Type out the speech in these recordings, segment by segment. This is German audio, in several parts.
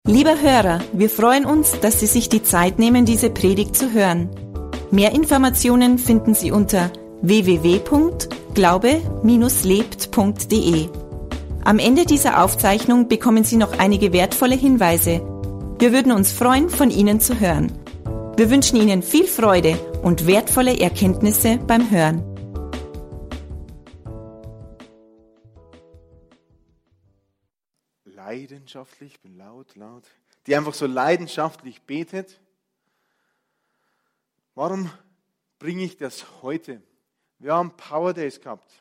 Lieber Hörer, wir freuen uns, dass Sie sich die Zeit nehmen, diese Predigt zu hören. Mehr Informationen finden Sie unter www.glaube-lebt.de. Am Ende dieser Aufzeichnung bekommen Sie noch einige wertvolle Hinweise. Wir würden uns freuen, von Ihnen zu hören. Wir wünschen Ihnen viel Freude und wertvolle Erkenntnisse beim Hören. Leidenschaftlich, ich bin laut, die einfach so leidenschaftlich betet. Warum bringe ich das heute? Wir haben Power Days gehabt.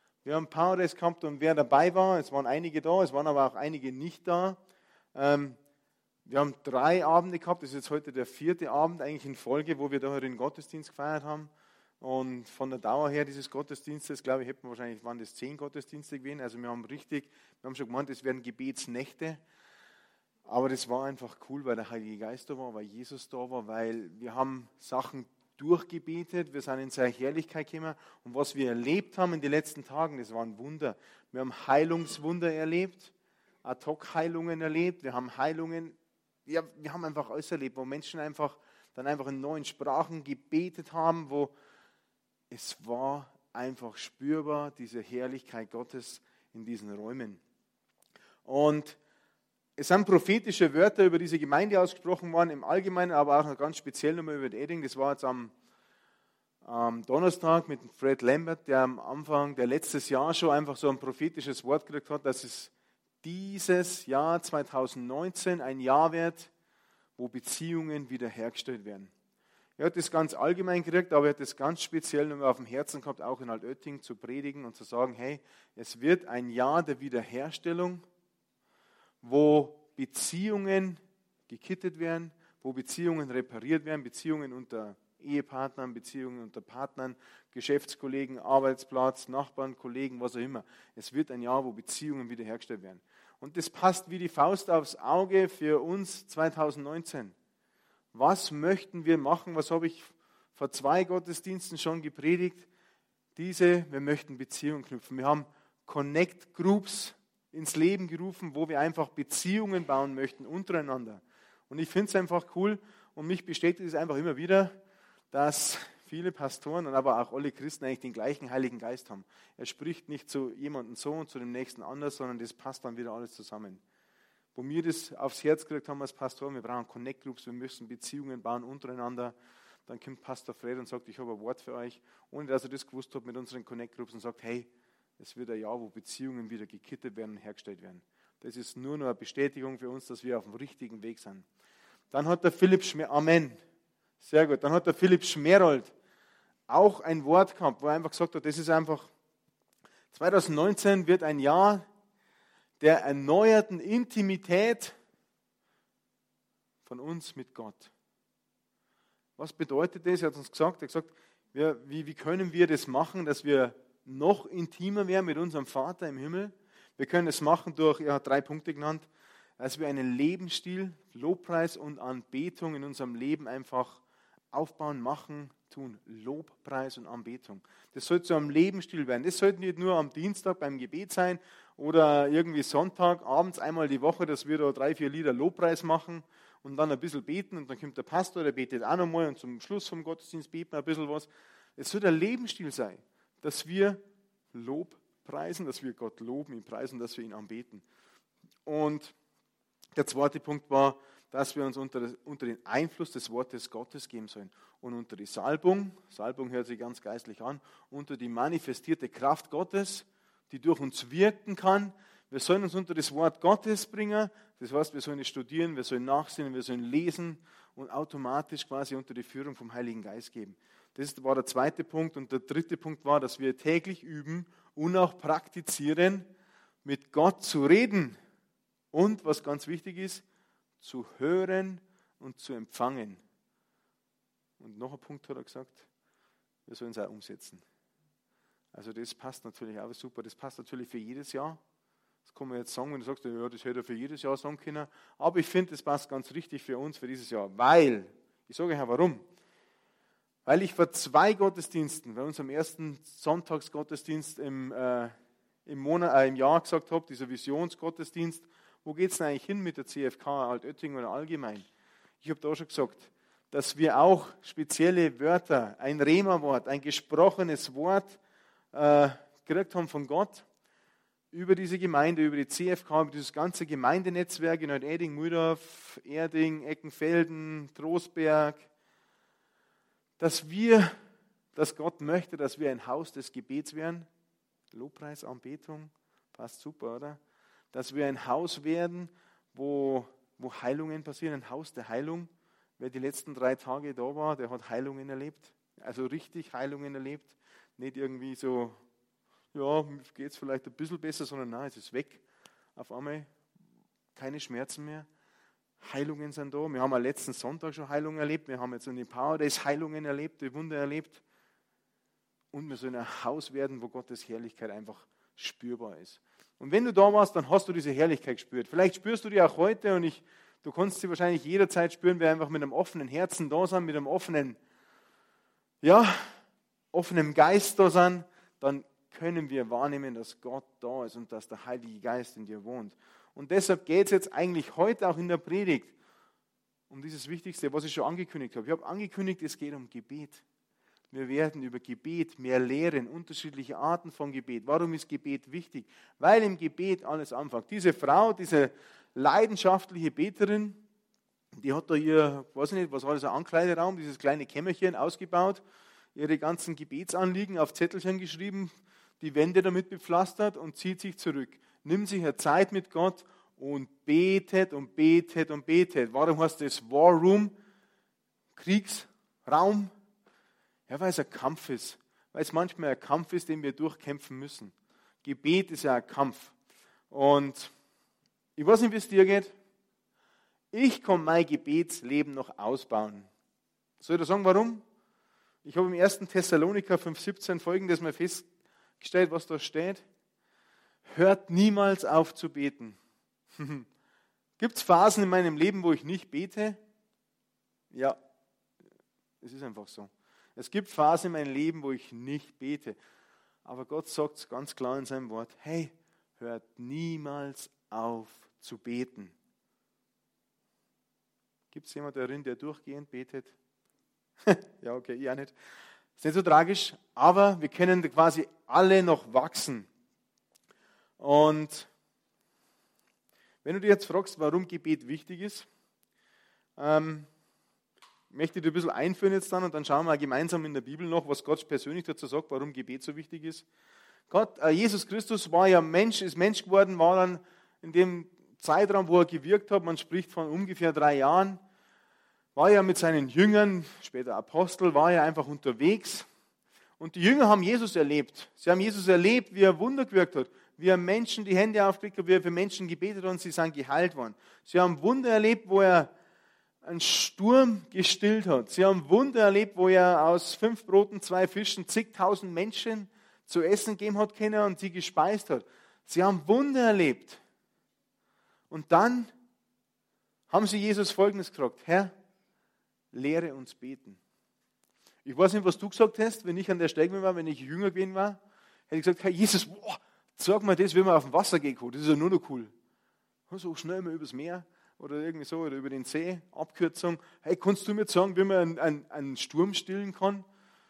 Und wer dabei war, es waren einige da, es waren aber auch einige nicht da. Wir haben 3 Abende gehabt, das ist jetzt heute der 4. Abend eigentlich in Folge, wo wir da den Gottesdienst gefeiert haben. Und von der Dauer her dieses Gottesdienstes, glaube ich, waren das 10 Gottesdienste gewesen. Also wir haben schon gemeint, es werden Gebetsnächte. Aber das war einfach cool, weil der Heilige Geist da war, weil Jesus da war, weil wir haben Sachen durchgebetet, wir sind in seine Herrlichkeit gekommen. Und was wir erlebt haben in den letzten Tagen, das war ein Wunder. Wir haben Heilungswunder erlebt, Ad-hoc-Heilungen erlebt, wir haben wir haben einfach alles erlebt, wo Menschen dann einfach in neuen Sprachen gebetet haben, wo es war einfach spürbar, diese Herrlichkeit Gottes in diesen Räumen. Und es sind prophetische Wörter über diese Gemeinde ausgesprochen worden, im Allgemeinen, aber auch noch ganz speziell nochmal über Edding. Das war jetzt am Donnerstag mit Fred Lambert, der letztes Jahr schon einfach so ein prophetisches Wort gekriegt hat, dass es dieses Jahr 2019 ein Jahr wird, wo Beziehungen wiederhergestellt werden. Er hat das ganz allgemein gekriegt, aber er hat das ganz speziell nochmal auf dem Herzen gehabt, auch in Altötting zu predigen und zu sagen, hey, es wird ein Jahr der Wiederherstellung, wo Beziehungen gekittet werden, wo Beziehungen repariert werden, Beziehungen unter Ehepartnern, Beziehungen unter Partnern, Geschäftskollegen, Arbeitsplatz, Nachbarn, Kollegen, was auch immer. Es wird ein Jahr, wo Beziehungen wiederhergestellt werden. Und das passt wie die Faust aufs Auge für uns 2019. Was möchten wir machen? Was habe ich vor 2 Gottesdiensten schon gepredigt? Wir möchten Beziehungen knüpfen. Wir haben Connect Groups ins Leben gerufen, wo wir einfach Beziehungen bauen möchten untereinander. Und ich finde es einfach cool und mich bestätigt es einfach immer wieder, dass viele Pastoren und aber auch alle Christen eigentlich den gleichen Heiligen Geist haben. Er spricht nicht zu jemandem so und zu dem nächsten anders, sondern das passt dann wieder alles zusammen. Wo wir das aufs Herz gekriegt haben als Pastoren, wir brauchen Connect Groups, wir müssen Beziehungen bauen untereinander. Dann kommt Pastor Fred und sagt, ich habe ein Wort für euch, ohne dass er das gewusst hat mit unseren Connect Groups und sagt, hey, es wird ein Jahr, wo Beziehungen wieder gekittet werden und hergestellt werden. Das ist nur noch eine Bestätigung für uns, dass wir auf dem richtigen Weg sind. Dann hat der Philipp Amen. Sehr gut. Dann hat der Philipp Schmerold auch ein Wort gehabt, wo er einfach gesagt hat, das ist einfach, 2019 wird ein Jahr der erneuerten Intimität von uns mit Gott. Was bedeutet das? Er hat uns gesagt, wie können wir das machen, dass wir noch intimer werden mit unserem Vater im Himmel? Wir können es machen durch, er hat 3 Punkte genannt, dass wir einen Lebensstil, Lobpreis und Anbetung in unserem Leben einfach aufbauen, machen, tun. Lobpreis und Anbetung. Das sollte so ein Lebensstil werden. Das sollte nicht nur am Dienstag beim Gebet sein oder irgendwie Sonntag, abends einmal die Woche, dass wir da 3, 4 Lieder Lobpreis machen und dann ein bisschen beten und dann kommt der Pastor, der betet auch nochmal und zum Schluss vom Gottesdienst beten wir ein bisschen was. Es sollte ein Lebensstil sein, dass wir Lob preisen, dass wir Gott loben, ihn preisen, dass wir ihn anbeten. Und der 2. Punkt war, dass wir uns unter den Einfluss des Wortes Gottes geben sollen und unter die Salbung hört sich ganz geistlich an, unter die manifestierte Kraft Gottes, die durch uns wirken kann. Wir sollen uns unter das Wort Gottes bringen, das heißt, wir sollen es studieren, wir sollen nachsinnen, wir sollen lesen und automatisch quasi unter die Führung vom Heiligen Geist geben. Das war der 2. Punkt und der 3. Punkt war, dass wir täglich üben und auch praktizieren, mit Gott zu reden und, was ganz wichtig ist, zu hören und zu empfangen. Und noch ein Punkt hat er gesagt, wir sollen es auch umsetzen. Also das passt natürlich auch super, das passt natürlich für jedes Jahr. Das kann man jetzt sagen, wenn du sagst, ja, das hätte er für jedes Jahr sagen können. Aber ich finde, das passt ganz richtig für uns, für dieses Jahr. Weil, ich sage euch ja warum. Weil ich vor 2 Gottesdiensten, bei unserem ersten Sonntagsgottesdienst im Jahr gesagt habe, dieser Visionsgottesdienst, Wo geht es denn eigentlich hin mit der CFK, Altötting oder allgemein? Ich habe da schon gesagt, dass wir auch spezielle Wörter, ein Rema-Wort, ein gesprochenes Wort gekriegt haben von Gott über diese Gemeinde, über die CFK, über dieses ganze Gemeindenetzwerk in Eding, Mühldorf, Erding, Eckenfelden, Trostberg, dass Gott möchte, dass wir ein Haus des Gebets werden. Lobpreis, Anbetung, passt super, oder? Dass wir ein Haus werden, wo Heilungen passieren, ein Haus der Heilung. Wer die letzten 3 Tage da war, der hat Heilungen erlebt. Also richtig Heilungen erlebt. Nicht irgendwie so, ja, geht es vielleicht ein bisschen besser, sondern nein, es ist weg. Auf einmal keine Schmerzen mehr. Heilungen sind da. Wir haben am letzten Sonntag schon Heilungen erlebt. Wir haben jetzt in den Power Days Heilungen erlebt, die Wunder erlebt. Und wir sollen ein Haus werden, wo Gottes Herrlichkeit einfach spürbar ist. Und wenn du da warst, dann hast du diese Herrlichkeit gespürt. Vielleicht spürst du die auch heute und du kannst sie wahrscheinlich jederzeit spüren, wir einfach mit einem offenen Herzen da sind, mit einem offenen Geist da sind, dann können wir wahrnehmen, dass Gott da ist und dass der Heilige Geist in dir wohnt. Und deshalb geht es jetzt eigentlich heute auch in der Predigt um dieses Wichtigste, was ich schon angekündigt habe. Ich habe angekündigt, es geht um Gebet. Wir werden über Gebet mehr lehren, unterschiedliche Arten von Gebet. Warum ist Gebet wichtig? Weil im Gebet alles anfängt. Diese Frau, diese leidenschaftliche Beterin, die hat da ihr, weiß ich nicht, was war das, ein Ankleideraum, dieses kleine Kämmerchen ausgebaut, ihre ganzen Gebetsanliegen auf Zettelchen geschrieben, die Wände damit bepflastert und zieht sich zurück. Nimmt sich eine Zeit mit Gott und betet und betet und betet. Warum heißt das War Room? Kriegsraum? Ja, weil es ein Kampf ist. Weil es manchmal ein Kampf ist, den wir durchkämpfen müssen. Gebet ist ja ein Kampf. Und ich weiß nicht, wie es dir geht. Ich kann mein Gebetsleben noch ausbauen. Soll ich dir sagen, warum? Ich habe im 1. Thessaloniker 5,17 Folgendes mal festgestellt, was da steht. Hört niemals auf zu beten. Gibt es Phasen in meinem Leben, wo ich nicht bete? Ja, es ist einfach so. Es gibt Phasen in meinem Leben, wo ich nicht bete. Aber Gott sagt es ganz klar in seinem Wort, hey, hört niemals auf zu beten. Gibt es jemanden darin, der durchgehend betet? Ja, okay, ich auch nicht. Ist nicht so tragisch, aber wir können quasi alle noch wachsen. Und wenn du dir jetzt fragst, warum Gebet wichtig ist, möchte ich dir ein bisschen einführen jetzt dann und dann schauen wir gemeinsam in der Bibel noch, was Gott persönlich dazu sagt, warum Gebet so wichtig ist. Jesus Christus war ja Mensch, ist Mensch geworden, war dann in dem Zeitraum, wo er gewirkt hat, man spricht von ungefähr 3 Jahren, war ja mit seinen Jüngern, später Apostel, war ja einfach unterwegs. Und die Jünger haben Jesus erlebt. Sie haben Jesus erlebt, wie er Wunder gewirkt hat, wie er Menschen die Hände aufgelegt hat, wie er für Menschen gebetet hat und sie sind geheilt worden. Sie haben Wunder erlebt, wo er einen Sturm gestillt hat. Sie haben Wunder erlebt, wo er aus 5 Broten, 2 Fischen zigtausend Menschen zu essen gegeben hat können und sie gespeist hat. Sie haben Wunder erlebt. Und dann haben sie Jesus Folgendes gefragt: Herr, lehre uns beten. Ich weiß nicht, was du gesagt hast, wenn ich an der Stelle war, wenn ich jünger gewesen war. Hätte ich gesagt: Herr Jesus, sag mal das, wenn wir auf dem Wasser gehen können. Das ist ja nur noch cool. So schnell mal übers Meer oder irgendwie so, oder über den See, Abkürzung. Hey, kannst du mir sagen, wie man einen Sturm stillen kann?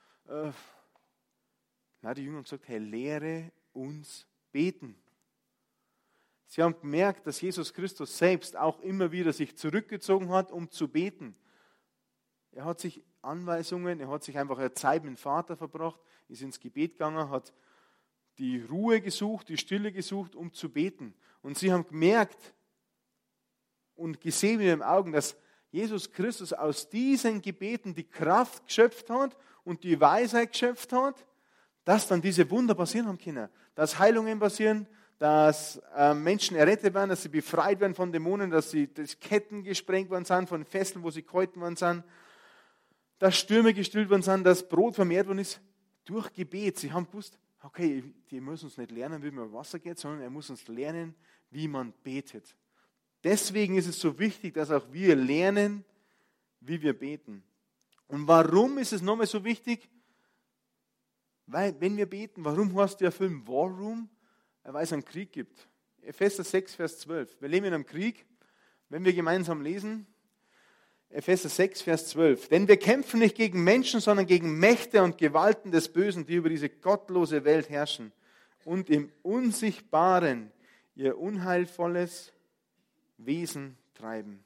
Nein, die Jünger haben gesagt: Hey, lehre uns beten. Sie haben gemerkt, dass Jesus Christus selbst auch immer wieder sich zurückgezogen hat, um zu beten. Er hat sich Anweisungen, er hat sich einfach eine Zeit mit dem Vater verbracht, ist ins Gebet gegangen, hat die Ruhe gesucht, die Stille gesucht, um zu beten. Und sie haben gemerkt und gesehen mit ihren Augen, dass Jesus Christus aus diesen Gebeten die Kraft geschöpft hat und die Weisheit geschöpft hat, dass dann diese Wunder passieren haben können, dass Heilungen passieren, dass Menschen errettet werden, dass sie befreit werden von Dämonen, dass Ketten gesprengt worden sind, von Fesseln, wo sie gehalten worden sind, dass Stürme gestillt worden sind, dass Brot vermehrt worden ist, durch Gebet. Sie haben gewusst, okay, die müssen uns nicht lernen, wie man über Wasser geht, sondern er muss uns lernen, wie man betet. Deswegen ist es so wichtig, dass auch wir lernen, wie wir beten. Und warum ist es nochmal so wichtig? Weil, wenn wir beten, warum heißt der Film War Room? Weil es einen Krieg gibt. Epheser 6, Vers 12. Wir leben in einem Krieg. Wenn wir gemeinsam lesen, Epheser 6, Vers 12. Denn wir kämpfen nicht gegen Menschen, sondern gegen Mächte und Gewalten des Bösen, die über diese gottlose Welt herrschen und im Unsichtbaren ihr unheilvolles Wesen treiben.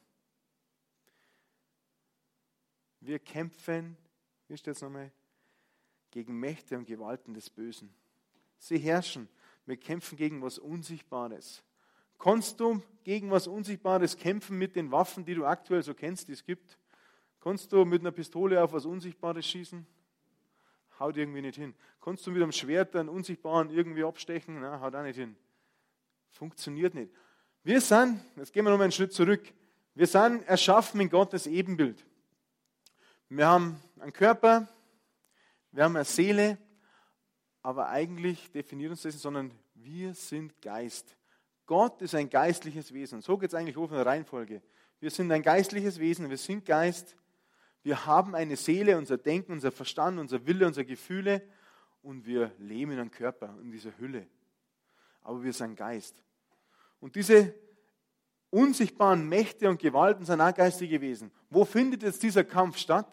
Wir kämpfen, wie steht es nochmal, gegen Mächte und Gewalten des Bösen. Sie herrschen. Wir kämpfen gegen was Unsichtbares. Kannst du gegen was Unsichtbares kämpfen mit den Waffen, die du aktuell so kennst, die es gibt? Kannst du mit einer Pistole auf was Unsichtbares schießen? Haut irgendwie nicht hin. Kannst du mit einem Schwert einen Unsichtbaren irgendwie abstechen? Na, haut auch nicht hin. Funktioniert nicht. Wir sind, jetzt gehen wir nochmal einen Schritt zurück, wir sind erschaffen in Gottes Ebenbild. Wir haben einen Körper, wir haben eine Seele, aber eigentlich definiert uns das nicht, sondern wir sind Geist. Gott ist ein geistliches Wesen. So geht es eigentlich hoch in der Reihenfolge. Wir sind ein geistliches Wesen, wir sind Geist. Wir haben eine Seele, unser Denken, unser Verstand, unser Wille, unsere Gefühle und wir leben in einem Körper, in dieser Hülle. Aber wir sind Geist. Und diese unsichtbaren Mächte und Gewalten sind auch geistige Wesen. Wo findet jetzt dieser Kampf statt?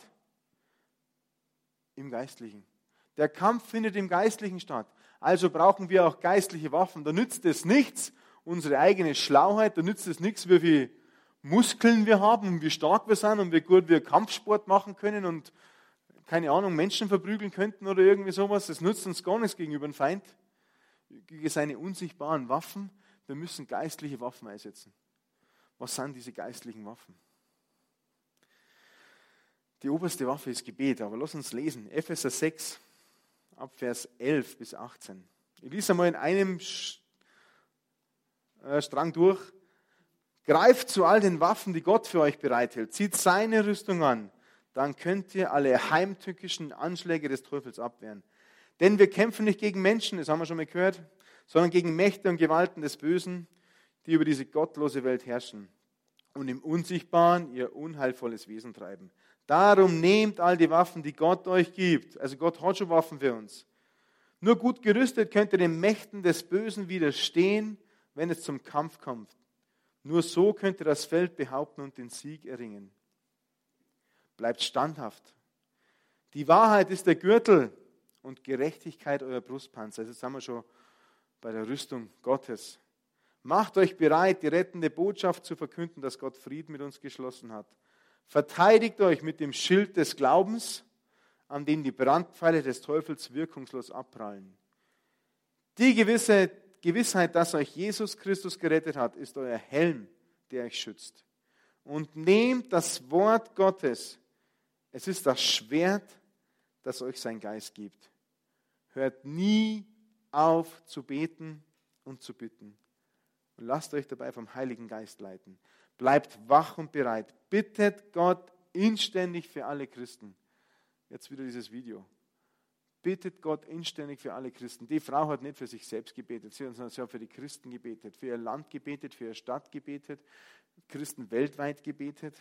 Im Geistlichen. Der Kampf findet im Geistlichen statt. Also brauchen wir auch geistliche Waffen. Da nützt es nichts, unsere eigene Schlauheit, da nützt es nichts, wie viele Muskeln wir haben und wie stark wir sind und wie gut wir Kampfsport machen können und, keine Ahnung, Menschen verprügeln könnten oder irgendwie sowas. Das nützt uns gar nichts gegenüber dem Feind. Gegen seine unsichtbaren Waffen. Wir müssen geistliche Waffen einsetzen. Was sind diese geistlichen Waffen? Die oberste Waffe ist Gebet, aber lass uns lesen. Epheser 6, ab Vers 11 bis 18. Ich lese einmal in einem Strang durch. Greift zu all den Waffen, die Gott für euch bereithält. Zieht seine Rüstung an. Dann könnt ihr alle heimtückischen Anschläge des Teufels abwehren. Denn wir kämpfen nicht gegen Menschen, das haben wir schon mal gehört, sondern gegen Mächte und Gewalten des Bösen, die über diese gottlose Welt herrschen und im Unsichtbaren ihr unheilvolles Wesen treiben. Darum nehmt all die Waffen, die Gott euch gibt. Also Gott hat schon Waffen für uns. Nur gut gerüstet könnt ihr den Mächten des Bösen widerstehen, wenn es zum Kampf kommt. Nur so könnt ihr das Feld behaupten und den Sieg erringen. Bleibt standhaft. Die Wahrheit ist der Gürtel und Gerechtigkeit euer Brustpanzer. Also jetzt sind wir schon bei der Rüstung Gottes. Macht euch bereit, die rettende Botschaft zu verkünden, dass Gott Frieden mit uns geschlossen hat. Verteidigt euch mit dem Schild des Glaubens, an dem die Brandpfeile des Teufels wirkungslos abprallen. Die Gewissheit, dass euch Jesus Christus gerettet hat, ist euer Helm, der euch schützt. Und nehmt das Wort Gottes. Es ist das Schwert, das euch sein Geist gibt. Hört nie auf zu beten und zu bitten. Und lasst euch dabei vom Heiligen Geist leiten. Bleibt wach und bereit. Bittet Gott inständig für alle Christen. Jetzt wieder dieses Video. Bittet Gott inständig für alle Christen. Die Frau hat nicht für sich selbst gebetet, sondern sie hat für die Christen gebetet, für ihr Land gebetet, für ihre Stadt gebetet, Christen weltweit gebetet.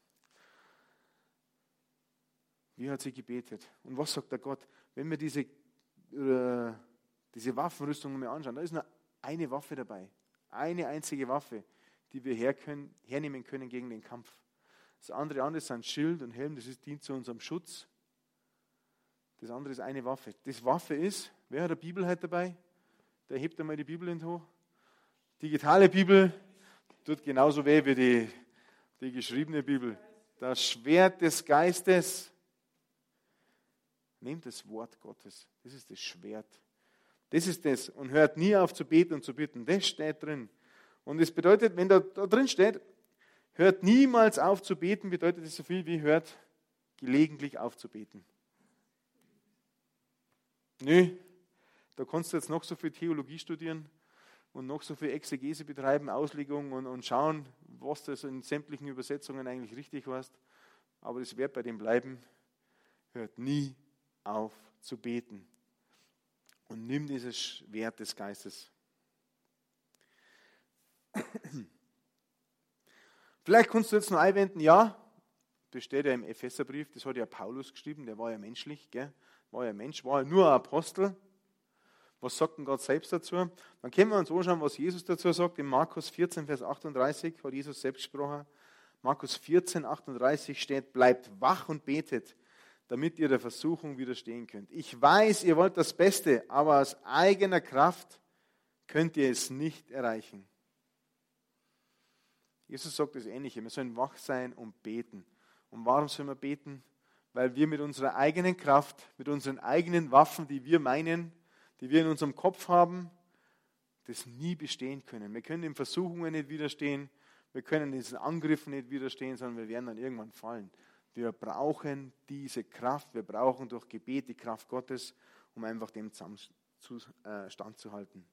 Wie hat sie gebetet? Und was sagt der Gott? Wenn wir diese Waffenrüstung mal anschauen, da ist nur eine Waffe dabei. Eine einzige Waffe, die wir hernehmen können gegen den Kampf. Das andere sind Schild und Helm, dient zu unserem Schutz. Das andere ist eine Waffe. Das Waffe ist, wer hat eine Bibel heute dabei? Der hebt einmal die Bibel in den hoch. Digitale Bibel tut genauso weh wie die geschriebene Bibel. Das Schwert des Geistes. Nehmt das Wort Gottes. Das ist das Schwert. Das ist das. Und hört nie auf zu beten und zu bitten. Das steht drin. Und es bedeutet, wenn da drin steht, hört niemals auf zu beten, bedeutet es so viel wie hört gelegentlich auf zu beten. Nö, da kannst du jetzt noch so viel Theologie studieren und noch so viel Exegese betreiben, Auslegung und schauen, was das in sämtlichen Übersetzungen eigentlich richtig heißt. Aber es wird bei dem bleiben, hört nie auf zu beten. Und nimm dieses Schwert des Geistes. Vielleicht kannst du jetzt noch einwenden, ja, das steht ja im Epheserbrief, das hat ja Paulus geschrieben, der war ja menschlich, gell? War ja Mensch, war ja nur ein Apostel. Was sagt denn Gott selbst dazu? Dann können wir uns anschauen, was Jesus dazu sagt. In Markus 14, Vers 38 hat Jesus selbst gesprochen. Markus 14, 38 steht, bleibt wach und betet, damit ihr der Versuchung widerstehen könnt. Ich weiß, ihr wollt das Beste, aber aus eigener Kraft könnt ihr es nicht erreichen. Jesus sagt das Ähnliche. Wir sollen wach sein und beten. Und warum sollen wir beten? Weil wir mit unserer eigenen Kraft, mit unseren eigenen Waffen, die wir meinen, die wir in unserem Kopf haben, das nie bestehen können. Wir können den Versuchungen nicht widerstehen, wir können diesen Angriffen nicht widerstehen, sondern wir werden dann irgendwann fallen. Wir brauchen diese Kraft, wir brauchen durch Gebet die Kraft Gottes, um einfach dem standzuhalten.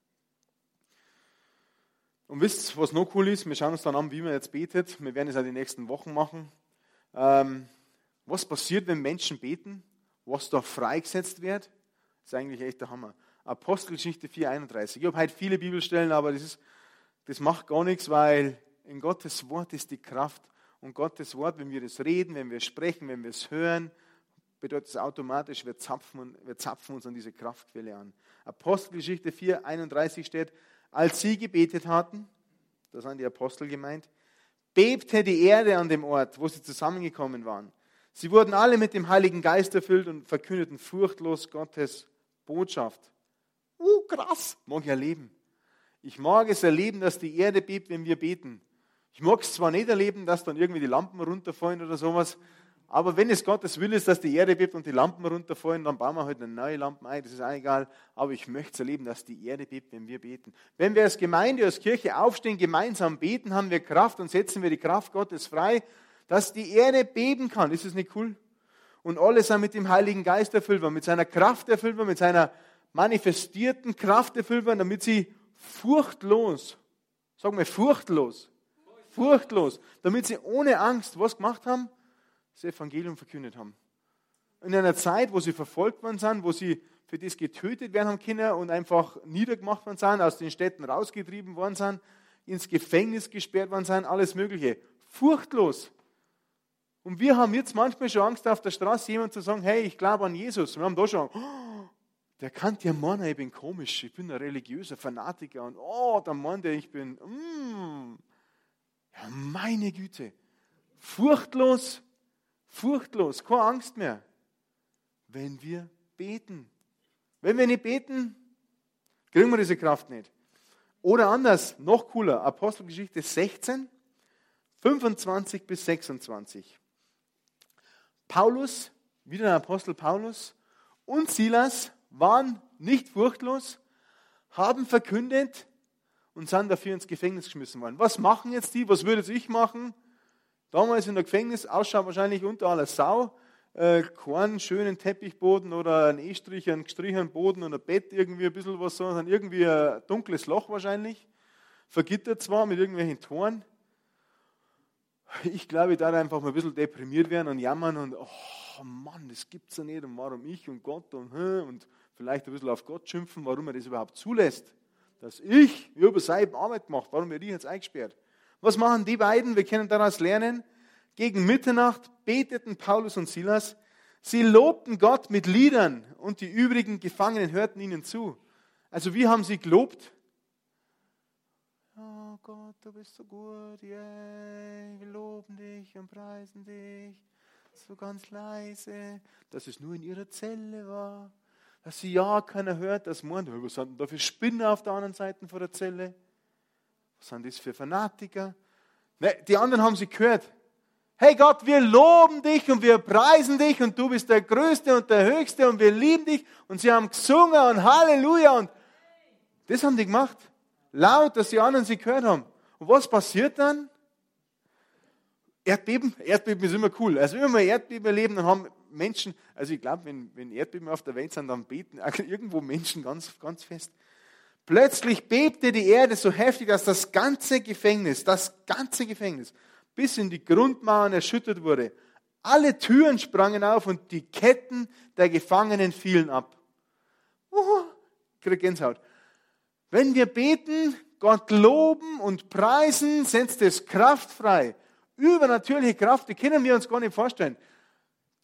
Und wisst ihr, was noch cool ist? Wir schauen uns dann an, wie man jetzt betet. Wir werden es auch die nächsten Wochen machen. Was passiert, wenn Menschen beten? Was da freigesetzt wird? Das ist eigentlich echt der Hammer. Apostelgeschichte 4,31. Ich habe heute viele Bibelstellen, aber das macht gar nichts, weil in Gottes Wort ist die Kraft. Und Gottes Wort, wenn wir das reden, wenn wir sprechen, wenn wir es hören, bedeutet es automatisch, wir zapfen uns an diese Kraftquelle an. Apostelgeschichte 4,31 steht, als sie gebetet hatten, da sind die Apostel gemeint, bebte die Erde an dem Ort, wo sie zusammengekommen waren. Sie wurden alle mit dem Heiligen Geist erfüllt und verkündeten furchtlos Gottes Botschaft. Krass, mag ich erleben. Ich mag es erleben, dass die Erde bebt, wenn wir beten. Ich mag es zwar nicht erleben, dass dann irgendwie die Lampen runterfallen oder sowas, aber wenn es Gottes Wille ist, dass die Erde bebt und die Lampen runterfallen, dann bauen wir halt eine neue Lampe ein, das ist auch egal. Aber ich möchte es erleben, dass die Erde bebt, wenn wir beten. Wenn wir als Gemeinde, als Kirche aufstehen, gemeinsam beten, haben wir Kraft und setzen wir die Kraft Gottes frei, dass die Erde beben kann. Ist das nicht cool? Und alles auch mit dem Heiligen Geist erfüllt werden, mit seiner Kraft erfüllt werden, mit seiner manifestierten Kraft erfüllt werden, damit sie furchtlos, sagen wir furchtlos, damit sie ohne Angst was gemacht haben? Das Evangelium verkündet haben. In einer Zeit, wo sie verfolgt worden sind, wo sie für das getötet werden haben können und einfach niedergemacht worden sind, aus den Städten rausgetrieben worden sind, ins Gefängnis gesperrt worden sind, alles Mögliche. Furchtlos. Und wir haben jetzt manchmal schon Angst, auf der Straße jemand zu sagen, hey, ich glaube an Jesus. Und wir haben da schon, der kann ja meinen, ich bin komisch, ich bin ein religiöser Fanatiker. Und der meint ja, ich bin, ja, meine Güte. Furchtlos, keine Angst mehr, wenn wir beten. Wenn wir nicht beten, kriegen wir diese Kraft nicht. Oder anders, noch cooler, Apostelgeschichte 16, 25 bis 26. Paulus, wieder der Apostel Paulus und Silas waren nicht furchtlos, haben verkündet und sind dafür ins Gefängnis geschmissen worden. Was machen jetzt die? Was würde ich machen? Damals in der Gefängnis, ausschaut wahrscheinlich unter aller Sau, keinen schönen Teppichboden oder einen gestrichenen Boden und ein Bett, irgendwie ein bisschen was, sondern irgendwie ein dunkles Loch wahrscheinlich. Vergittert zwar mit irgendwelchen Toren. Ich glaube, ich darf einfach mal ein bisschen deprimiert werden und jammern und, oh Mann, das gibt's ja nicht und warum ich und Gott und vielleicht ein bisschen auf Gott schimpfen, warum er das überhaupt zulässt. Dass ich über seine Arbeit gemacht, warum wird ich jetzt eingesperrt? Was machen die beiden? Wir können daraus lernen. Gegen Mitternacht beteten Paulus und Silas. Sie lobten Gott mit Liedern und die übrigen Gefangenen hörten ihnen zu. Also wie haben sie gelobt? Oh Gott, du bist so gut, yeah. Wir loben dich und preisen dich. So ganz leise, dass es nur in ihrer Zelle war. Dass sie ja keiner hört, das meint, was sind denn da für Spinner auf der anderen Seite von der Zelle? Was sind das für Fanatiker? Ne, die anderen haben sie gehört. Hey Gott, wir loben dich und wir preisen dich und du bist der Größte und der Höchste und wir lieben dich. Und sie haben gesungen und Halleluja und das haben die gemacht. Laut, dass die anderen sie gehört haben. Und was passiert dann? Erdbeben ist immer cool. Also wenn wir mal Erdbeben erleben, dann haben Menschen, also ich glaube, wenn Erdbeben auf der Welt sind, dann beten irgendwo Menschen ganz, ganz fest. Plötzlich bebte die Erde so heftig, dass das ganze Gefängnis bis in die Grundmauern erschüttert wurde. Alle Türen sprangen auf und die Ketten der Gefangenen fielen ab. Ich kriege Gänsehaut. Wenn wir beten, Gott loben und preisen, setzt es Kraft frei. Übernatürliche Kraft, die können wir uns gar nicht vorstellen.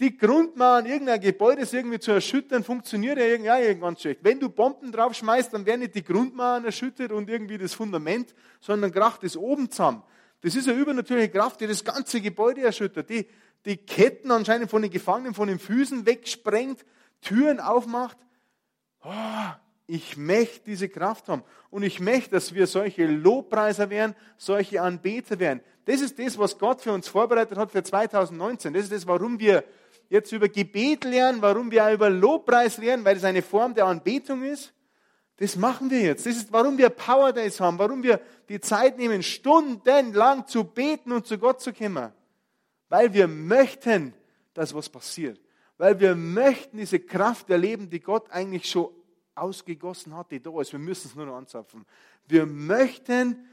Die Grundmauern irgendein Gebäudes irgendwie zu erschüttern, funktioniert ja irgendwann schlecht. Wenn du Bomben drauf schmeißt, dann werden nicht die Grundmauern erschüttert und irgendwie das Fundament, sondern kracht es oben zusammen. Das ist eine übernatürliche Kraft, die das ganze Gebäude erschüttert, die Ketten anscheinend von den Gefangenen, von den Füßen wegsprengt, Türen aufmacht. Ich möchte diese Kraft haben. Und ich möchte, dass wir solche Lobpreiser werden, solche Anbeter werden. Das ist das, was Gott für uns vorbereitet hat für 2019. Das ist das, warum wir jetzt über Gebet lernen, warum wir auch über Lobpreis lernen, weil das eine Form der Anbetung ist. Das machen wir jetzt. Das ist, warum wir Power Days haben, warum wir die Zeit nehmen, stundenlang zu beten und zu Gott zu kommen. Weil wir möchten, dass was passiert. Weil wir möchten diese Kraft erleben, die Gott eigentlich schon ausgegossen hat, die da ist. Wir müssen es nur noch anzapfen. Wir möchten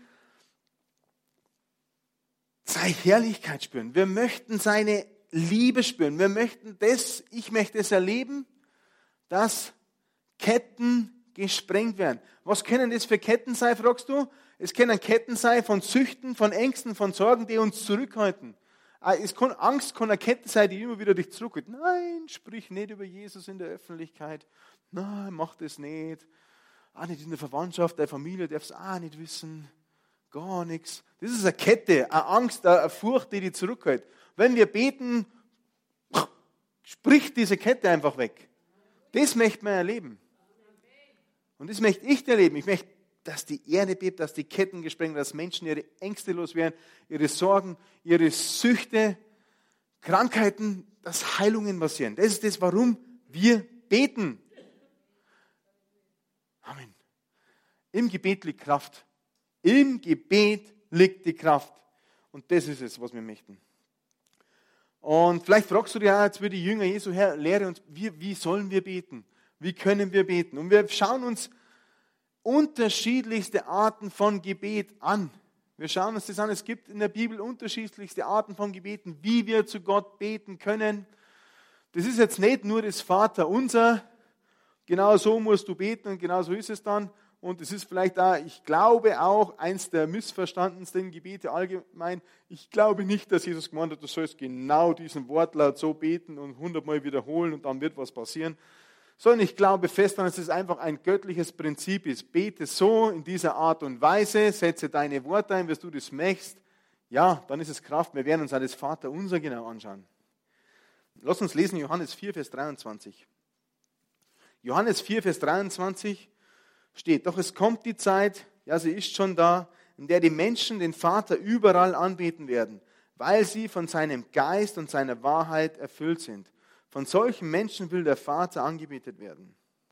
seine Herrlichkeit spüren. Wir möchten seine Liebe spüren. Ich möchte es erleben, dass Ketten gesprengt werden. Was können das für Ketten sein, fragst du? Es können Ketten sein von Süchten, von Ängsten, von Sorgen, die uns zurückhalten. Angst kann eine Kette sein, die immer wieder dich zurückhält. Nein, sprich nicht über Jesus in der Öffentlichkeit. Nein, mach das nicht. Auch nicht in der Verwandtschaft, der Familie darf es auch nicht wissen. Gar nichts. Das ist eine Kette, eine Angst, eine Furcht, die dich zurückhält. Wenn wir beten, spricht diese Kette einfach weg. Das möchte man erleben. Und das möchte ich erleben. Ich möchte, dass die Erde bebt, dass die Ketten gesprengt werden, dass Menschen ihre Ängste loswerden, ihre Sorgen, ihre Süchte, Krankheiten, dass Heilungen passieren. Das ist das, warum wir beten. Amen. Im Gebet liegt Kraft. Im Gebet liegt die Kraft. Und das ist es, was wir möchten. Und vielleicht fragst du dich, jetzt würde die Jünger Jesu, Herr, lehre uns, wie sollen wir beten? Wie können wir beten? Und wir schauen uns unterschiedlichste Arten von Gebet an. Wir schauen uns das an. Es gibt in der Bibel unterschiedlichste Arten von Gebeten, wie wir zu Gott beten können. Das ist jetzt nicht nur das Vaterunser. Genau so musst du beten und genau so ist es dann. Und es ist vielleicht da, ich glaube auch, eins der missverstandensten Gebete allgemein. Ich glaube nicht, dass Jesus gemeint hat, du sollst genau diesen Wortlaut so beten und 100-mal wiederholen und dann wird was passieren. Sondern ich glaube fest daran, dass es einfach ein göttliches Prinzip ist. Bete so, in dieser Art und Weise, setze deine Worte ein, wirst du das möchtest. Ja, dann ist es Kraft. Wir werden uns das Vaterunser genau anschauen. Lass uns lesen Johannes 4, Vers 23. Johannes 4, Vers 23 steht, doch es kommt die Zeit, ja sie ist schon da, in der die Menschen den Vater überall anbeten werden, weil sie von seinem Geist und seiner Wahrheit erfüllt sind. Von solchen Menschen will der Vater angebetet werden.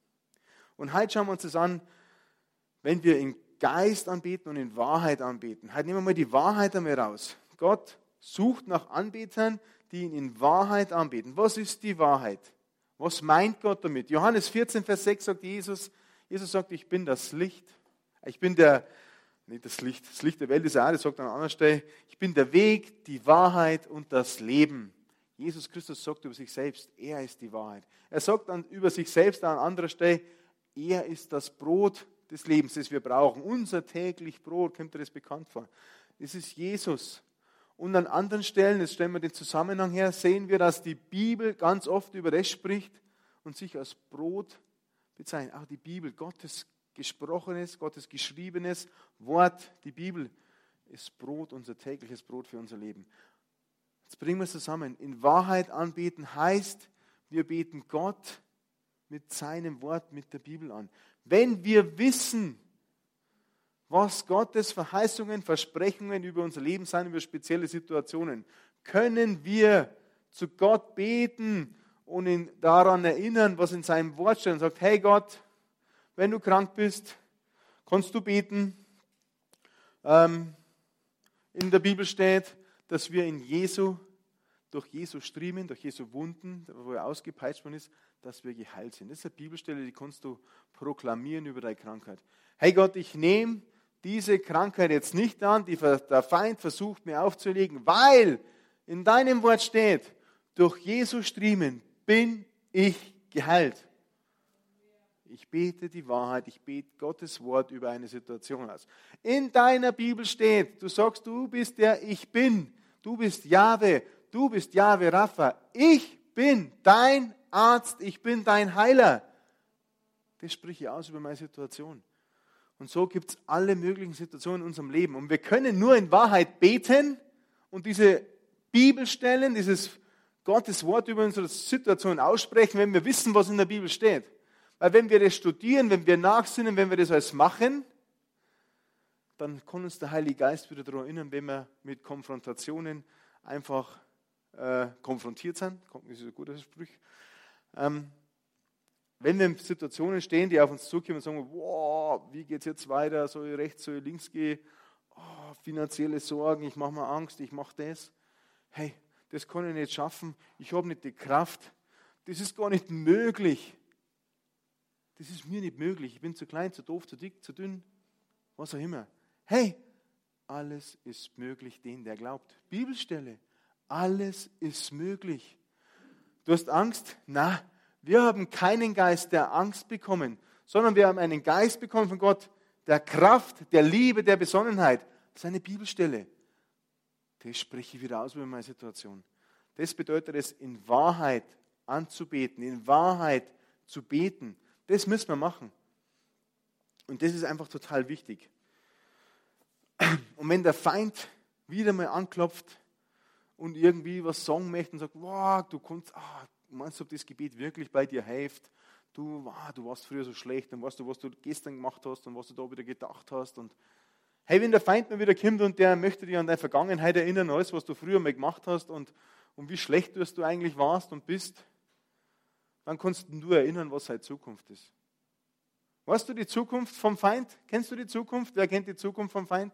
Und heute schauen wir uns das an, wenn wir in Geist anbeten und in Wahrheit anbeten. Heute nehmen wir mal die Wahrheit einmal raus. Gott sucht nach Anbetern, die ihn in Wahrheit anbeten. Was ist die Wahrheit? Was meint Gott damit? Johannes 14, Vers 6 sagt Jesus sagt, ich bin das Licht. Ich bin nicht das Licht der Welt ist auch, das sagt an anderer Stelle, ich bin der Weg, die Wahrheit und das Leben. Jesus Christus sagt über sich selbst, er ist die Wahrheit. Er sagt dann über sich selbst an anderer Stelle, er ist das Brot des Lebens, das wir brauchen. Unser täglich Brot, kommt dir das bekannt vor? Das ist Jesus. Und an anderen Stellen, jetzt stellen wir den Zusammenhang her, sehen wir, dass die Bibel ganz oft über das spricht und sich als Brot bezeichnet. Auch die Bibel, Gottes gesprochenes, Gottes geschriebenes Wort, die Bibel ist Brot, unser tägliches Brot für unser Leben. Jetzt bringen wir es zusammen. In Wahrheit anbeten heißt, wir beten Gott mit seinem Wort, mit der Bibel an. Wenn wir wissen, was Gottes Verheißungen, Versprechungen über unser Leben sind, über spezielle Situationen, können wir zu Gott beten und ihn daran erinnern, was in seinem Wort steht und sagt, hey Gott, wenn du krank bist, kannst du beten. In der Bibel steht, dass wir durch Jesu Striemen, durch Jesu Wunden, wo er ausgepeitscht worden ist, dass wir geheilt sind. Das ist eine Bibelstelle, die kannst du proklamieren über deine Krankheit. Hey Gott, ich nehme diese Krankheit jetzt nicht an, die der Feind versucht mir aufzulegen, weil in deinem Wort steht, durch Jesu Striemen bin ich geheilt. Ich bete die Wahrheit, ich bete Gottes Wort über eine Situation aus. In deiner Bibel steht, du sagst, du bist der Ich Bin, du bist Jahwe Rapha. Ich bin dein Arzt, ich bin dein Heiler. Das spreche ich aus über meine Situation. Und so gibt es alle möglichen Situationen in unserem Leben. Und wir können nur in Wahrheit beten und diese Bibelstellen, dieses Gottes Wort über unsere Situation aussprechen, wenn wir wissen, was in der Bibel steht. Weil wenn wir das studieren, wenn wir nachsinnen, wenn wir das alles machen, dann kann uns der Heilige Geist wieder daran erinnern, wenn wir mit Konfrontationen einfach konfrontiert sind. Das ist ein guter Spruch. Wenn wir in Situationen stehen, die auf uns zukommen und sagen, wow, wie geht es jetzt weiter, soll ich rechts, soll ich links gehen, finanzielle Sorgen, ich mache mir Angst, ich mache das. Hey, das kann ich nicht schaffen, ich habe nicht die Kraft, das ist gar nicht möglich. Das ist mir nicht möglich, ich bin zu klein, zu doof, zu dick, zu dünn, was auch immer. Hey, alles ist möglich, den der glaubt. Bibelstelle, alles ist möglich. Du hast Angst? Na, wir haben keinen Geist der Angst bekommen, sondern wir haben einen Geist bekommen von Gott, der Kraft, der Liebe, der Besonnenheit. Das ist eine Bibelstelle. Das spreche ich wieder aus über meine Situation. Das bedeutet es, in Wahrheit anzubeten, in Wahrheit zu beten. Das müssen wir machen. Und das ist einfach total wichtig. Und wenn der Feind wieder mal anklopft und irgendwie was sagen möchte und sagt, wow, du meinst du, ob das Gebet wirklich bei dir hilft? Du warst früher so schlecht und weißt du, was du gestern gemacht hast und was du da wieder gedacht hast. Und hey, wenn der Feind mal wieder kommt und der möchte dich an deine Vergangenheit erinnern, alles, was du früher mal gemacht hast und wie schlecht du eigentlich warst und bist, dann kannst du erinnern, was seine Zukunft ist. Weißt du die Zukunft vom Feind? Kennst du die Zukunft? Wer kennt die Zukunft vom Feind?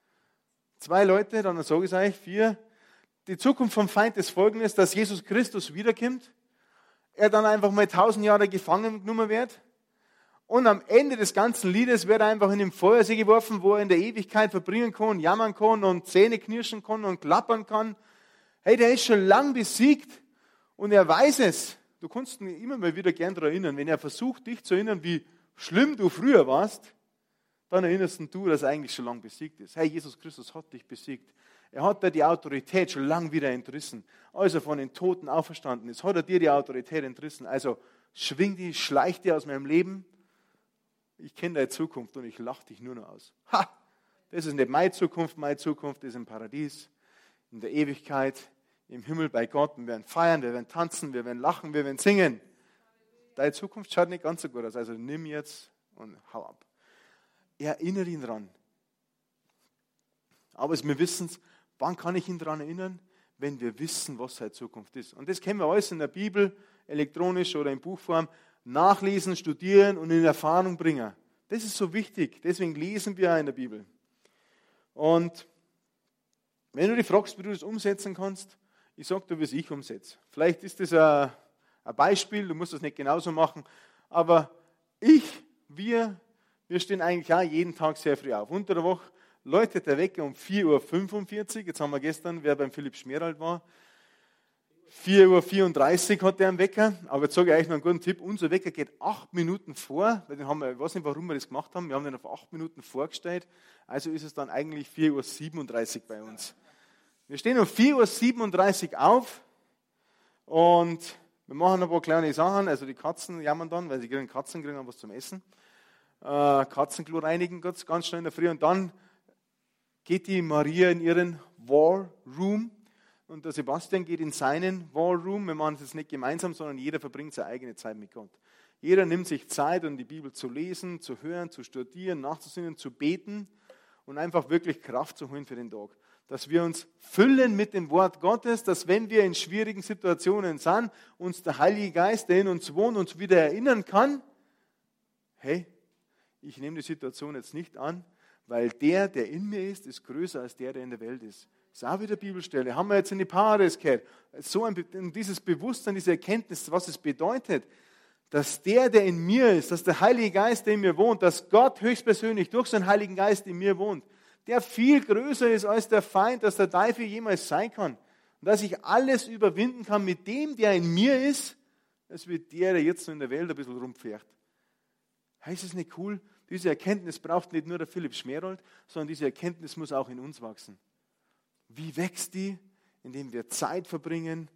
2 Leute, dann sage ich es euch, 4. Die Zukunft vom Feind ist folgendes, dass Jesus Christus wiederkommt, er dann einfach mal 1000 Jahre gefangen genommen wird und am Ende des ganzen Liedes wird er einfach in den Feuersee geworfen, wo er in der Ewigkeit verbringen kann, jammern kann und Zähne knirschen kann und klappern kann. Hey, der ist schon lang besiegt und er weiß es. Du kannst ihn immer mal wieder gern daran erinnern, wenn er versucht, dich zu erinnern, wie schlimm du früher warst, dann erinnerst du, dass er eigentlich schon lange besiegt ist. Hey, Jesus Christus hat dich besiegt. Er hat dir die Autorität schon lange wieder entrissen. Als er von den Toten auferstanden ist, hat er dir die Autorität entrissen. Also schwing die, schleich dir aus meinem Leben. Ich kenne deine Zukunft und ich lache dich nur noch aus. Ha! Das ist nicht meine Zukunft ist im Paradies, in der Ewigkeit, im Himmel bei Gott. Wir werden feiern, wir werden tanzen, wir werden lachen, wir werden singen. Deine Zukunft schaut nicht ganz so gut aus, also nimm jetzt und hau ab. Erinnere ihn dran. Aber wir wissen es, wann kann ich ihn daran erinnern? Wenn wir wissen, was seine Zukunft ist. Und das können wir alles in der Bibel, elektronisch oder in Buchform, nachlesen, studieren und in Erfahrung bringen. Das ist so wichtig. Deswegen lesen wir auch in der Bibel. Und wenn du dich fragst, wie du das umsetzen kannst, ich sage dir, wie es ich umsetze. Vielleicht ist das ein Beispiel, du musst das nicht genauso machen, aber wir stehen eigentlich auch jeden Tag sehr früh auf. Unter der Woche läutet der Wecker um 4:45 Uhr. Jetzt haben wir gestern, wer beim Philipp Schmerald war, 4:34 Uhr hat der einen Wecker. Aber jetzt sage ich euch noch einen guten Tipp. Unser Wecker geht 8 Minuten vor. Weil den haben wir, ich weiß nicht, warum wir das gemacht haben. Wir haben den auf 8 Minuten vorgestellt. Also ist es dann eigentlich 4:37 Uhr bei uns. Wir stehen um 4:37 Uhr auf und wir machen ein paar kleine Sachen. Also die Katzen jammern dann, weil sie Katzen kriegen was zum Essen. Katzenklo reinigen ganz schnell in der Früh und dann geht die Maria in ihren War Room und der Sebastian geht in seinen War Room. Wir machen es jetzt nicht gemeinsam, sondern jeder verbringt seine eigene Zeit mit Gott. Jeder nimmt sich Zeit, um die Bibel zu lesen, zu hören, zu studieren, nachzusinnen, zu beten und einfach wirklich Kraft zu holen für den Tag. Dass wir uns füllen mit dem Wort Gottes, dass wenn wir in schwierigen Situationen sind, uns der Heilige Geist, der in uns wohnt, uns wieder erinnern kann, hey, ich nehme die Situation jetzt nicht an, weil der in mir ist größer als der in der Welt ist. Das ist auch wieder Bibelstelle. Haben wir jetzt in die Paris gehört. So dieses Bewusstsein, diese Erkenntnis, was es bedeutet, dass der in mir ist, dass der Heilige Geist, der in mir wohnt, dass Gott höchstpersönlich durch seinen Heiligen Geist in mir wohnt, der viel größer ist als der Feind, dass der Teufel jemals sein kann. Und dass ich alles überwinden kann mit dem, der in mir ist, als wie der jetzt so in der Welt ein bisschen rumpfährt. Heißt es nicht cool? Diese Erkenntnis braucht nicht nur der Philipp Schmerald, sondern diese Erkenntnis muss auch in uns wachsen. Wie wächst die? Indem wir Zeit verbringen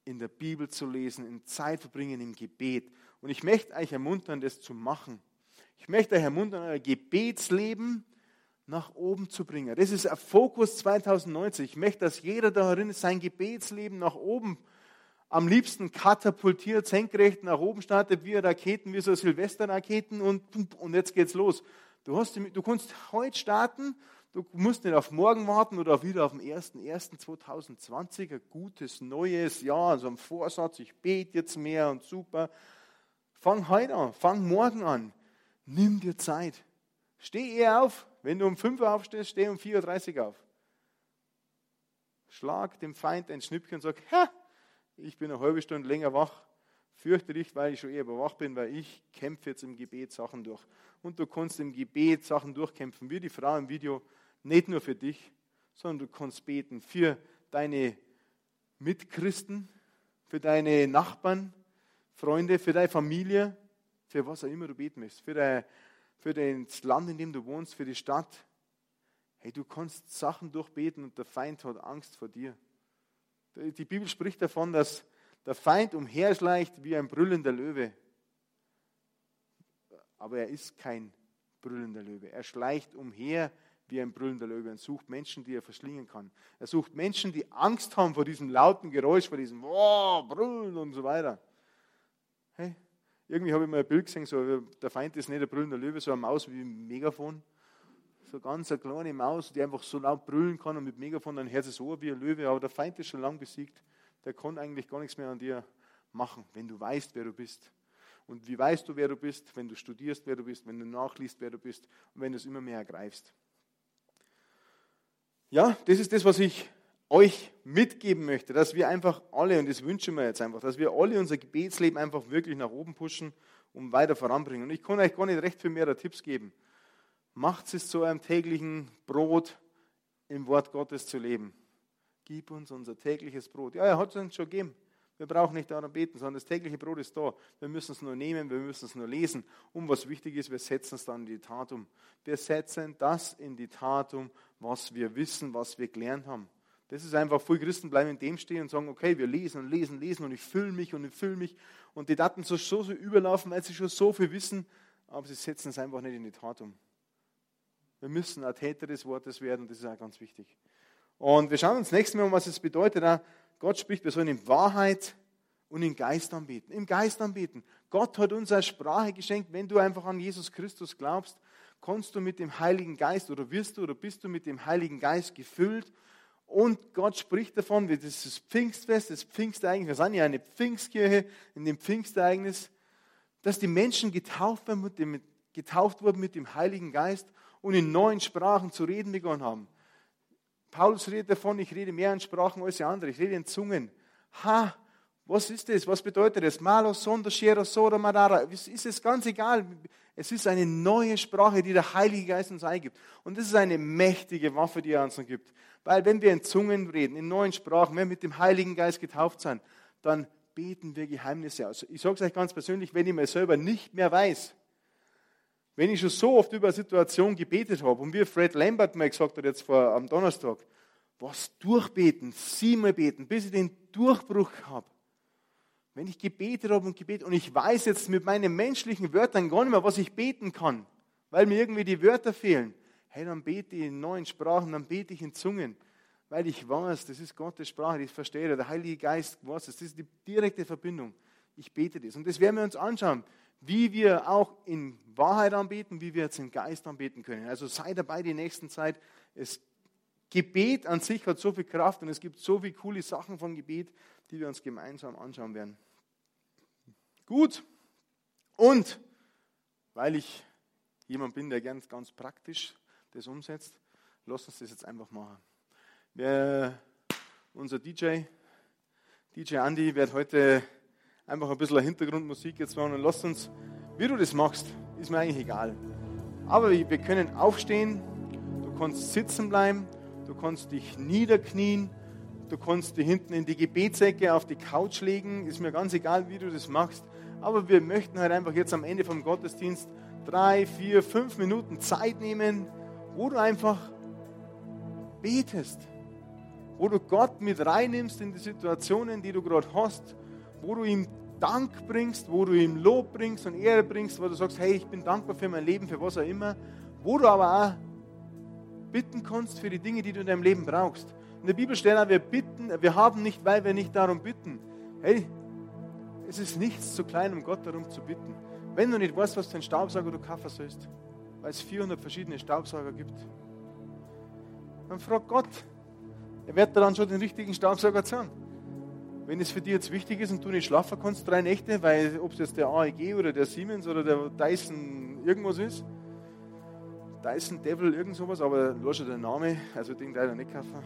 in der Bibel zu lesen, in Zeit verbringen im Gebet. Und ich möchte euch ermuntern, das zu machen. Ich möchte euch ermuntern, euer Gebetsleben nach oben zu bringen. Das ist ein Fokus 2019. Ich möchte, dass jeder darin sein Gebetsleben nach oben am liebsten katapultiert, senkrecht nach oben startet, wie Raketen, wie so Silvesterraketen und jetzt geht's los. Du kannst heute starten, du musst nicht auf morgen warten oder wieder auf den 1.1.2020, ein gutes neues Jahr, also ein Vorsatz, ich bete jetzt mehr und super. Fang heute an, fang morgen an, nimm dir Zeit. Steh eher auf, wenn du um 5 Uhr aufstehst, steh um 4.30 Uhr auf. Schlag dem Feind ein Schnippchen und sag, ich bin eine halbe Stunde länger wach, fürchte dich, weil ich schon eher wach bin, weil ich kämpfe jetzt im Gebet Sachen durch. Und du kannst im Gebet Sachen durchkämpfen, wie die Frau im Video, nicht nur für dich, sondern du kannst beten für deine Mitchristen, für deine Nachbarn, Freunde, für deine Familie, für was auch immer du beten möchtest, für das Land, in dem du wohnst, für die Stadt. Hey, du kannst Sachen durchbeten und der Feind hat Angst vor dir. Die Bibel spricht davon, dass der Feind umherschleicht wie ein brüllender Löwe. Aber er ist kein brüllender Löwe. Er schleicht umher wie ein brüllender Löwe und sucht Menschen, die er verschlingen kann. Er sucht Menschen, die Angst haben vor diesem lauten Geräusch, vor diesem Brüllen und so weiter. Hey, irgendwie habe ich mal ein Bild gesehen, so, der Feind ist nicht ein brüllender Löwe, so eine Maus wie ein Megafon. So ganz eine kleine Maus, die einfach so laut brüllen kann und mit Megafon ein Herz ist so wie ein Löwe, aber der Feind ist schon lang besiegt. Der kann eigentlich gar nichts mehr an dir machen, wenn du weißt, wer du bist. Und wie weißt du, wer du bist? Wenn du studierst, wer du bist, wenn du nachliest, wer du bist und wenn du es immer mehr ergreifst. Ja, das ist das, was ich euch mitgeben möchte, dass wir einfach alle, und das wünsche ich mir jetzt einfach, dass wir alle unser Gebetsleben einfach wirklich nach oben pushen und weiter voranbringen. Und ich kann euch gar nicht recht viel mehr Tipps geben. Macht es zu einem täglichen Brot, im Wort Gottes zu leben. Gib uns unser tägliches Brot. Ja, er hat es uns schon gegeben. Wir brauchen nicht daran beten, sondern das tägliche Brot ist da. Wir müssen es nur nehmen, wir müssen es nur lesen. Und was wichtig ist, wir setzen es dann in die Tat um. Wir setzen das in die Tat um, was wir wissen, was wir gelernt haben. Das ist einfach, viele Christen bleiben in dem stehen und sagen, okay, wir lesen und lesen, lesen und ich fühle mich und ich fühle mich. Und die Daten so überlaufen, weil sie schon so viel wissen, aber sie setzen es einfach nicht in die Tat um. Wir müssen ein Täter des Wortes werden, das ist auch ganz wichtig. Und wir schauen uns nächstes Mal an, was es bedeutet. Gott spricht, wir sollen in Wahrheit und in Geist anbeten. Im Geist anbeten. Gott hat uns eine Sprache geschenkt. Wenn du einfach an Jesus Christus glaubst, kannst du mit dem Heiligen Geist oder bist du mit dem Heiligen Geist gefüllt. Und Gott spricht davon, das ist das Pfingstfest, das Pfingstereignis. Wir sind ja eine Pfingstkirche in dem Pfingstereignis, dass die Menschen getauft wurden mit dem Heiligen Geist und in neuen Sprachen zu reden begonnen haben. Paulus redet davon, ich rede mehr in Sprachen als die anderen, ich rede in Zungen. Was ist das? Was bedeutet das? Malos, Sonda, Shera, Soda, Madara. Es ist ganz egal. Es ist eine neue Sprache, die der Heilige Geist uns eingibt. Und das ist eine mächtige Waffe, die er uns gibt. Weil wenn wir in Zungen reden, in neuen Sprachen, wenn wir mit dem Heiligen Geist getauft sind, dann beten wir Geheimnisse aus. Ich sage es euch ganz persönlich, wenn ich mir selber nicht mehr weiß, wenn ich schon so oft über eine Situation gebetet habe und wie Fred Lambert mal gesagt hat jetzt am Donnerstag, was durchbeten, 7-mal beten, bis ich den Durchbruch habe. Wenn ich gebetet habe und ich weiß jetzt mit meinen menschlichen Wörtern gar nicht mehr, was ich beten kann, weil mir irgendwie die Wörter fehlen, hey, dann bete ich in neuen Sprachen, dann bete ich in Zungen, weil ich weiß, das ist Gottes Sprache, das versteht er, der Heilige Geist weiß das ist die direkte Verbindung. Ich bete das. Und das werden wir uns anschauen, wie wir auch in Wahrheit anbeten, wie wir jetzt im Geist anbeten können. Also sei dabei die nächsten Zeit. Gebet an sich hat so viel Kraft und es gibt so viele coole Sachen von Gebet, die wir uns gemeinsam anschauen werden. Gut. Und weil ich jemand bin, der ganz praktisch das umsetzt, lass uns das jetzt einfach machen. Unser DJ Andi wird heute einfach ein bisschen Hintergrundmusik jetzt machen und lass uns, wie du das machst, ist mir eigentlich egal. Aber wir können aufstehen, du kannst sitzen bleiben, du kannst dich niederknien, du kannst dich hinten in die Gebetsecke auf die Couch legen, ist mir ganz egal, wie du das machst. Aber wir möchten halt einfach jetzt am Ende vom Gottesdienst 3, 4, 5 Minuten Zeit nehmen, wo du einfach betest. wo du Gott mit reinnimmst in die Situationen, die du gerade hast, wo du ihm Dank bringst, wo du ihm Lob bringst und Ehre bringst, wo du sagst, hey, ich bin dankbar für mein Leben, für was auch immer, wo du aber auch bitten kannst für die Dinge, die du in deinem Leben brauchst. In der Bibel steht auch, wir haben nicht, weil wir nicht darum bitten. Hey, es ist nichts zu klein, um Gott darum zu bitten. Wenn du nicht weißt, was für einen Staubsauger du kaufen sollst, weil es 400 verschiedene Staubsauger gibt, dann frag Gott. Er wird dir dann schon den richtigen Staubsauger zeigen. Wenn es für dich jetzt wichtig ist und du nicht schlafen kannst 3 Nächte, weil ob es jetzt der AEG oder der Siemens oder der Dyson irgendwas ist, Dyson Devil, irgend sowas, aber lass schon der Name, also den leider nicht kaufen.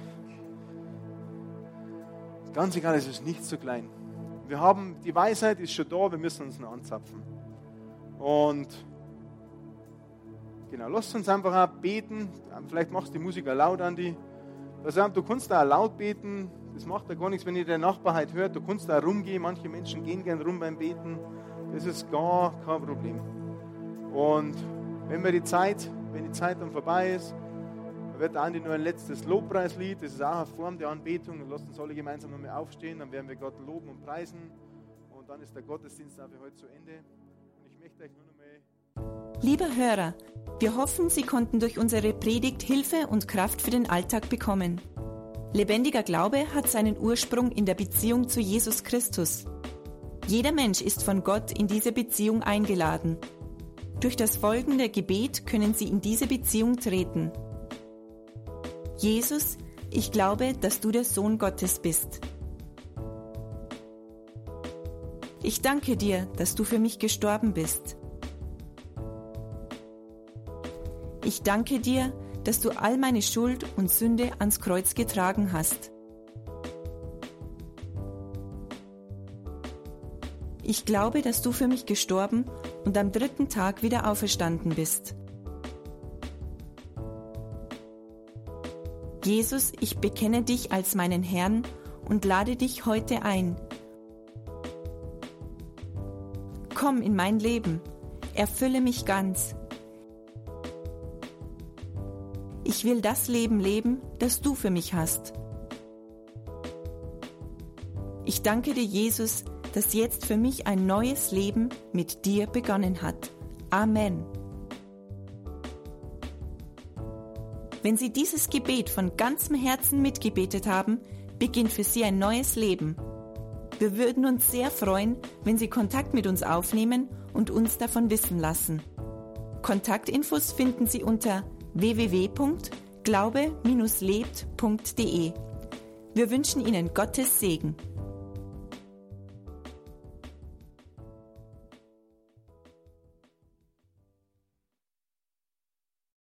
Ganz egal, es ist nicht so klein. Die Weisheit ist schon da, wir müssen uns noch anzapfen. Und genau, lasst uns einfach auch beten. Vielleicht machst du die Musik auch laut, Andi. Also, du kannst auch laut beten. Das macht ja gar nichts, wenn ihr der Nachbar halt hört. Du kannst da rumgehen. Manche Menschen gehen gern rum beim Beten. Das ist gar kein Problem. Und wenn die Zeit dann vorbei ist, dann wird Andi nur ein letztes Lobpreislied. Das ist auch eine Form der Anbetung. Dann lasst uns alle gemeinsam nochmal aufstehen. Dann werden wir Gott loben und preisen. Und dann ist der Gottesdienst auch für heute zu Ende. Und ich möchte euch nur nochmal... Lieber Hörer, wir hoffen, Sie konnten durch unsere Predigt Hilfe und Kraft für den Alltag bekommen. Lebendiger Glaube hat seinen Ursprung in der Beziehung zu Jesus Christus. Jeder Mensch ist von Gott in diese Beziehung eingeladen. Durch das folgende Gebet können Sie in diese Beziehung treten. Jesus, ich glaube, dass du der Sohn Gottes bist. Ich danke dir, dass du für mich gestorben bist. Ich danke dir, dass du all meine Schuld und Sünde ans Kreuz getragen hast. Ich glaube, dass du für mich gestorben und am 3. Tag wieder auferstanden bist. Jesus, ich bekenne dich als meinen Herrn und lade dich heute ein. Komm in mein Leben, erfülle mich ganz. Ich will das Leben leben, das du für mich hast. Ich danke dir, Jesus, dass jetzt für mich ein neues Leben mit dir begonnen hat. Amen. Wenn Sie dieses Gebet von ganzem Herzen mitgebetet haben, beginnt für Sie ein neues Leben. Wir würden uns sehr freuen, wenn Sie Kontakt mit uns aufnehmen und uns davon wissen lassen. Kontaktinfos finden Sie unter www.glaube-lebt.de. Wir wünschen Ihnen Gottes Segen.